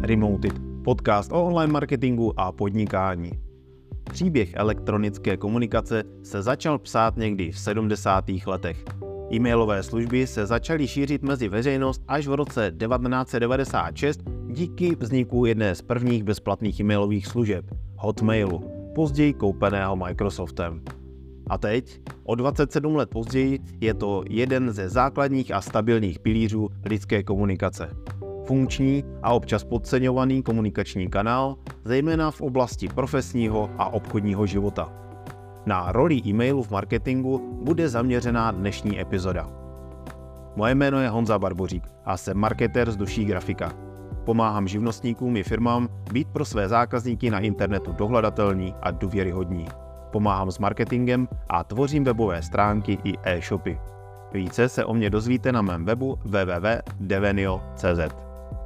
Remoted, podcast o online marketingu a podnikání. Příběh elektronické komunikace se začal psát někdy v 70. letech. E-mailové služby se začaly šířit mezi veřejnost až v roce 1996 díky vzniku jedné z prvních bezplatných e-mailových služeb, Hotmailu, později koupeného Microsoftem. A teď, o 27 let později, je to jeden ze základních a stabilních pilířů lidské komunikace. Funkční a občas podceňovaný komunikační kanál, zejména v oblasti profesního a obchodního života. Na roli e-mailu v marketingu bude zaměřená dnešní epizoda. Moje jméno je Honza Barbořík a jsem marketér z duší grafika. Pomáhám živnostníkům i firmám být pro své zákazníky na internetu dohledatelní a důvěryhodní. Pomáhám s marketingem a tvořím webové stránky i e-shopy. Více se o mě dozvíte na mém webu www.devenio.cz.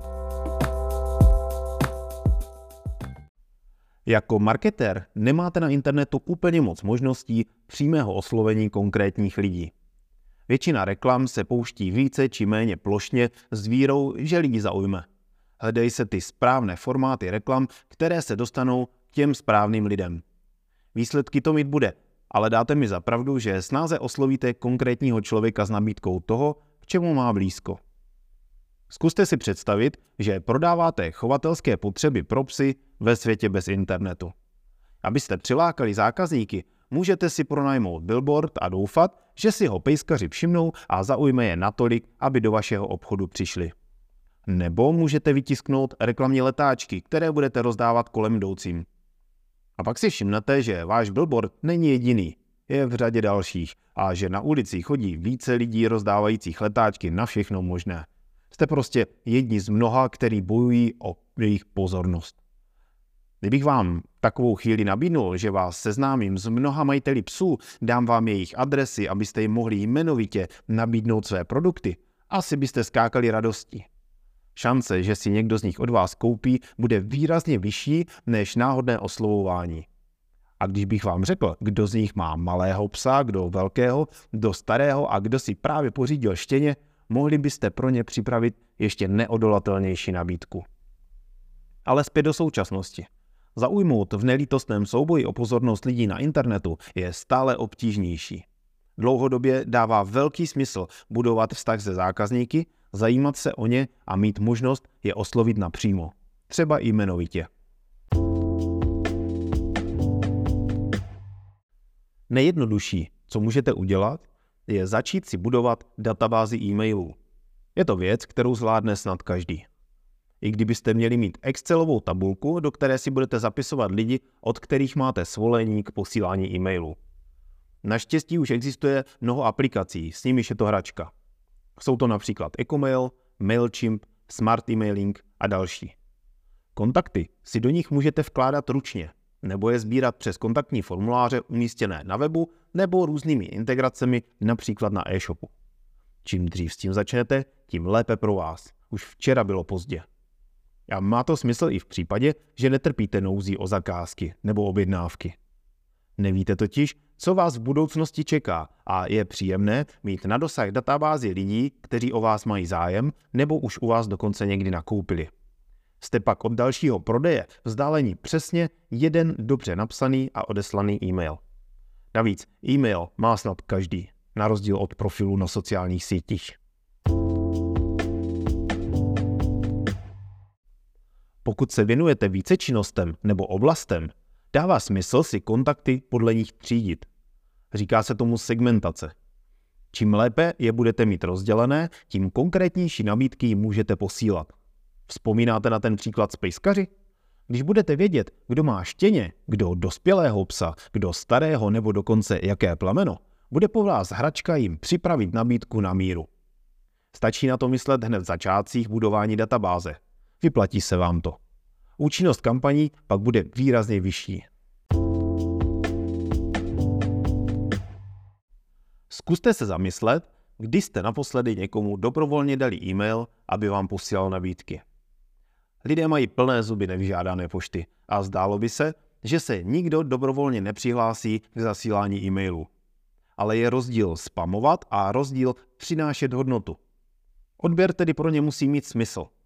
Jako marketér nemáte na internetu úplně moc možností přímého oslovení konkrétních lidí. Většina reklam se pouští více či méně plošně s vírou, že lidi zaujme. Hledají se ty správné formáty reklam, které se dostanou k těm správným lidem. Výsledky to mít bude, ale dáte mi za pravdu, že snáze oslovíte konkrétního člověka s nabídkou toho, k čemu má blízko. Zkuste si představit, že prodáváte chovatelské potřeby pro psy ve světě bez internetu. Abyste přilákali zákazníky, můžete si pronajmout billboard a doufat, že si ho pejskaři všimnou a zaujme je natolik, aby do vašeho obchodu přišli. Nebo můžete vytisknout reklamní letáčky, které budete rozdávat kolem jdoucím. A pak si všimnete, že váš billboard není jediný, je v řadě dalších a že na ulici chodí více lidí rozdávajících letáčky na všechno možné. Jste prostě jedni z mnoha, kteří bojují o jejich pozornost. Kdybych vám takovou chvíli nabídnul, že vás seznámím s mnoha majiteli psů, dám vám jejich adresy, abyste jim mohli jmenovitě nabídnout své produkty, asi byste skákali radostí. Šance, že si někdo z nich od vás koupí, bude výrazně vyšší než náhodné oslovování. A když bych vám řekl, kdo z nich má malého psa, kdo velkého, kdo starého a kdo si právě pořídil štěně, mohli byste pro ně připravit ještě neodolatelnější nabídku. Ale zpět do současnosti. Zaujmout v nelítostném souboji o pozornost lidí na internetu je stále obtížnější. Dlouhodobě dává velký smysl budovat vztah se zákazníky, zajímat se o ně a mít možnost je oslovit napřímo, třeba jmenovitě. Nejjednodušší, co můžete udělat, je začít si budovat databázi e-mailů. Je to věc, kterou zvládne snad každý. I kdybyste měli mít Excelovou tabulku, do které si budete zapisovat lidi, od kterých máte svolení k posílání e-mailů. Naštěstí už existuje mnoho aplikací, s nimiž je to hračka. Jsou to například Ecomail, Mailchimp, Smart Emailing a další. Kontakty si do nich můžete vkládat ručně, nebo je sbírat přes kontaktní formuláře umístěné na webu nebo různými integracemi, například na e-shopu. Čím dřív s tím začnete, tím lépe pro vás. Už včera bylo pozdě. A má to smysl i v případě, že netrpíte nouzí o zakázky nebo objednávky. Nevíte totiž, co vás v budoucnosti čeká a je příjemné mít na dosah databázi lidí, kteří o vás mají zájem nebo už u vás dokonce někdy nakoupili. Jste pak od dalšího prodeje vzdálení přesně jeden dobře napsaný a odeslaný e-mail. Navíc e-mail má snad každý, na rozdíl od profilu na sociálních sítích. Pokud se věnujete více činnostem nebo oblastem, dává smysl si kontakty podle nich třídit. Říká se tomu segmentace. Čím lépe je budete mít rozdělené, tím konkrétnější nabídky jim můžete posílat. Vzpomínáte na ten příklad s pejskaři? Když budete vědět, kdo má štěně, kdo dospělého psa, kdo starého nebo dokonce jaké plemeno, bude po vás hračka jim připravit nabídku na míru. Stačí na to myslet hned v začátcích budování databáze. Vyplatí se vám to. Účinnost kampaní pak bude výrazně vyšší. Zkuste se zamyslet, kdy jste naposledy někomu dobrovolně dali e-mail, aby vám posílal nabídky. Lidé mají plné zuby nevyžádané pošty a zdálo by se, že se nikdo dobrovolně nepřihlásí k zasílání e-mailů. Ale je rozdíl spamovat a rozdíl přinášet hodnotu. Odběr tedy pro ně musí mít smysl.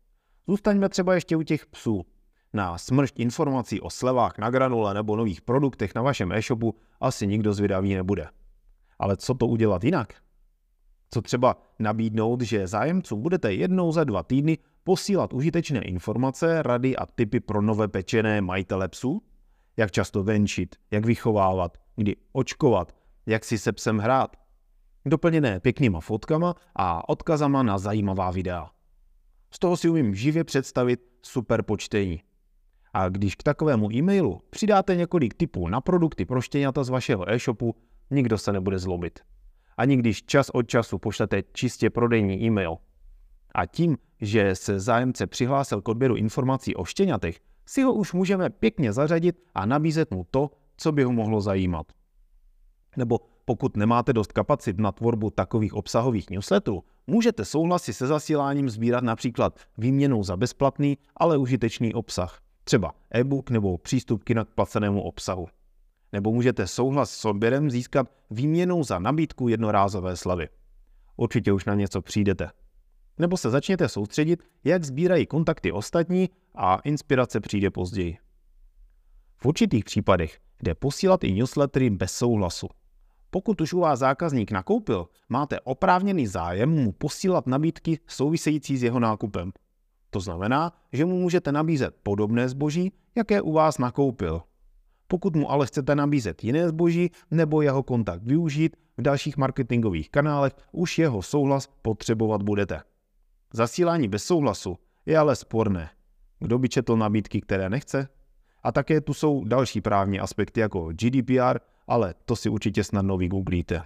Zůstaňme třeba ještě u těch psů. Na smršť informací o slevách na granule nebo nových produktech na vašem e-shopu asi nikdo zvědavý nebude. Ale co to udělat jinak? Co třeba nabídnout, že zájemcům budete jednou za 2 týdny posílat užitečné informace, rady a tipy pro nové pečené majitele psů? Jak často venčit, jak vychovávat, kdy očkovat, jak si se psem hrát. Doplněné pěknýma fotkama a odkazama na zajímavá videa. Z toho si umím živě představit super počtení. A když k takovému e-mailu přidáte několik tipů na produkty pro štěňata z vašeho e-shopu, nikdo se nebude zlobit. Ani když čas od času pošlete čistě prodejní e-mail. A tím, že se zájemce přihlásil k odběru informací o štěňatech, si ho už můžeme pěkně zařadit a nabízet mu to, co by ho mohlo zajímat. Nebo pokud nemáte dost kapacit na tvorbu takových obsahových newsletterů, můžete souhlasy se zasíláním sbírat například výměnou za bezplatný, ale užitečný obsah. Třeba e-book nebo přístup k placenému obsahu. Nebo můžete souhlas s odběrem získat výměnou za nabídku jednorázové slevy. Určitě už na něco přijdete. Nebo se začněte soustředit, jak sbírají kontakty ostatní a inspirace přijde později. V určitých případech jde posílat i newslettery bez souhlasu. Pokud už u vás zákazník nakoupil, máte oprávněný zájem mu posílat nabídky související s jeho nákupem. To znamená, že mu můžete nabízet podobné zboží, jaké u vás nakoupil. Pokud mu ale chcete nabízet jiné zboží nebo jeho kontakt využít v dalších marketingových kanálech, už jeho souhlas potřebovat budete. Zasílání bez souhlasu je ale sporné. Kdo by četl nabídky, které nechce? A také tu jsou další právní aspekty jako GDPR, ale to si určitě snadno vygooglíte.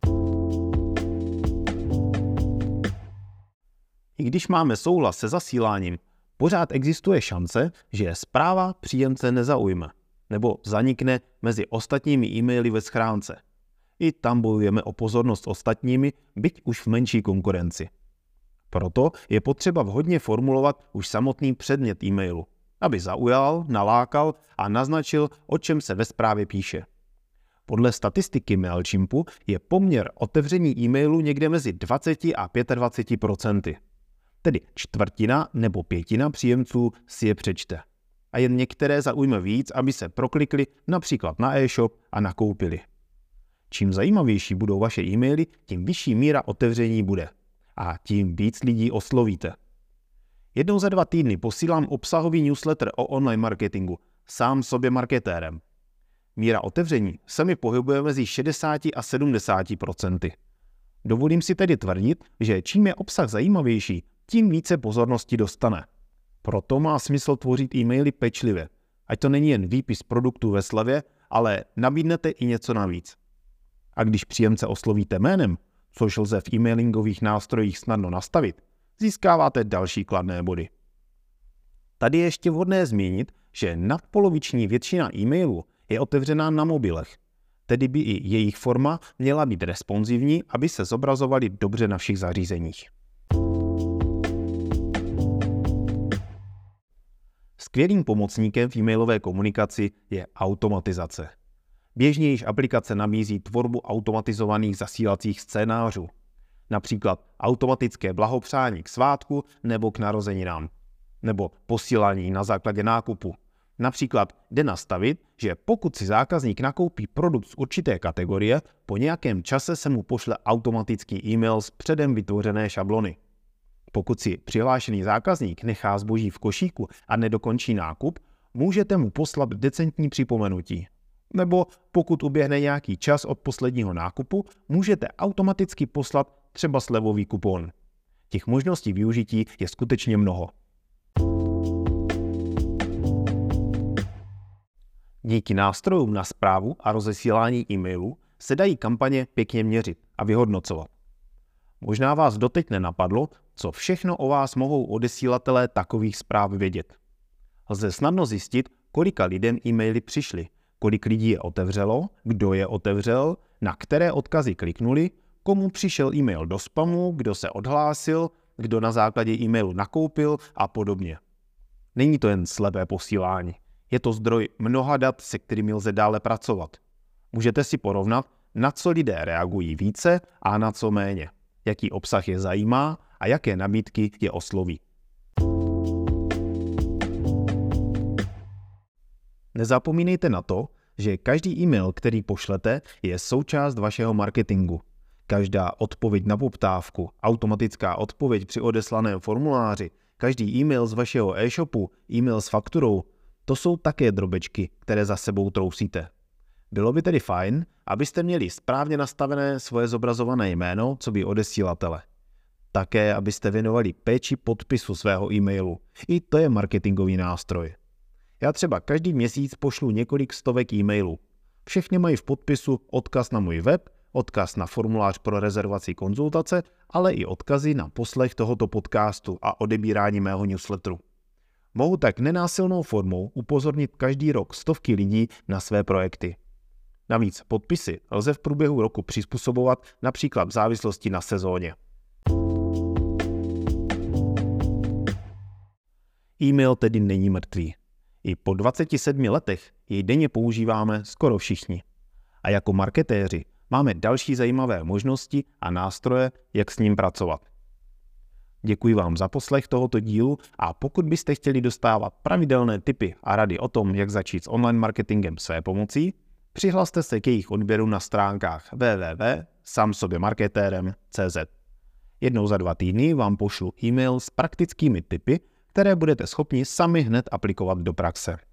I když máme souhlas se zasíláním, pořád existuje šance, že zpráva příjemce nezaujme nebo zanikne mezi ostatními e-maily ve schránce. I tam bojujeme o pozornost ostatními, byť už v menší konkurenci. Proto je potřeba vhodně formulovat už samotný předmět e-mailu, aby zaujal, nalákal a naznačil, o čem se ve zprávě píše. Podle statistiky Mailchimpu je poměr otevření e-mailu někde mezi 20 a 25%. Tedy 1/4 nebo 1/5 příjemců si je přečte. A jen některé zaujme víc, aby se proklikli například na e-shop a nakoupili. Čím zajímavější budou vaše e-maily, tím vyšší míra otevření bude. A tím víc lidí oslovíte. Jednou za 2 týdny posílám obsahový newsletter o online marketingu, sám sobě marketérem. Míra otevření se mi pohybuje mezi 60 a 70%. Dovolím si tedy tvrdit, že čím je obsah zajímavější, tím více pozornosti dostane. Proto má smysl tvořit e-maily pečlivě. Ať to není jen výpis produktů ve slevě, ale nabídnete i něco navíc. A když příjemce oslovíte jménem, což lze v e-mailingových nástrojích snadno nastavit, získáváte další kladné body. Tady je ještě vhodné zmínit, že nadpoloviční většina e-mailů je otevřená na mobilech, tedy by i jejich forma měla být responsivní, aby se zobrazovaly dobře na všech zařízeních. Skvělým pomocníkem v e-mailové komunikaci je automatizace. Běžně již aplikace nabízí tvorbu automatizovaných zasílacích scénářů, například automatické blahopřání k svátku nebo k narozeninám, nebo posílání na základě nákupu. Například jde nastavit, že pokud si zákazník nakoupí produkt z určité kategorie, po nějakém čase se mu pošle automatický e-mail z předem vytvořené šablony. Pokud si přihlášený zákazník nechá zboží v košíku a nedokončí nákup, můžete mu poslat decentní připomenutí. Nebo pokud uběhne nějaký čas od posledního nákupu, můžete automaticky poslat třeba slevový kupon. Těch možností využití je skutečně mnoho. Díky nástrojům na správu a rozesílání e-mailů se dají kampaně pěkně měřit a vyhodnocovat. Možná vás doteď nenapadlo, co všechno o vás mohou odesílatelé takových zpráv vědět. Lze snadno zjistit, kolika lidem e-maily přišly, kolik lidí je otevřelo, kdo je otevřel, na které odkazy kliknuli, komu přišel e-mail do spamu, kdo se odhlásil, kdo na základě e-mailu nakoupil a podobně. Není to jen slepé posílání. Je to zdroj mnoha dat, se kterými lze dále pracovat. Můžete si porovnat, na co lidé reagují více a na co méně, jaký obsah je zajímá a jaké nabídky je osloví. Nezapomínejte na to, že každý e-mail, který pošlete, je součást vašeho marketingu. Každá odpověď na poptávku, automatická odpověď při odeslaném formuláři, každý e-mail z vašeho e-shopu, e-mail s fakturou, to jsou také drobečky, které za sebou trousíte. Bylo by tedy fajn, abyste měli správně nastavené svoje zobrazované jméno coby odesílatele. Také, abyste věnovali péči podpisu svého e-mailu. I to je marketingový nástroj. Já třeba každý měsíc pošlu několik stovek e-mailů. Všechny mají v podpisu odkaz na můj web, odkaz na formulář pro rezervaci konzultace, ale i odkazy na poslech tohoto podcastu a odebírání mého newsletteru. Mohu tak nenásilnou formou upozornit každý rok stovky lidí na své projekty. Navíc podpisy lze v průběhu roku přizpůsobovat například v závislosti na sezóně. E-mail tedy není mrtvý. I po 27 letech jej denně používáme skoro všichni. A jako marketéři máme další zajímavé možnosti a nástroje, jak s ním pracovat. Děkuji vám za poslech tohoto dílu a pokud byste chtěli dostávat pravidelné tipy a rady o tom, jak začít s online marketingem své pomocí, přihlaste se k jejich odběru na stránkách www.samsobemarketérem.cz. Jednou za 2 týdny vám pošlu e-mail s praktickými tipy, které budete schopni sami hned aplikovat do praxe.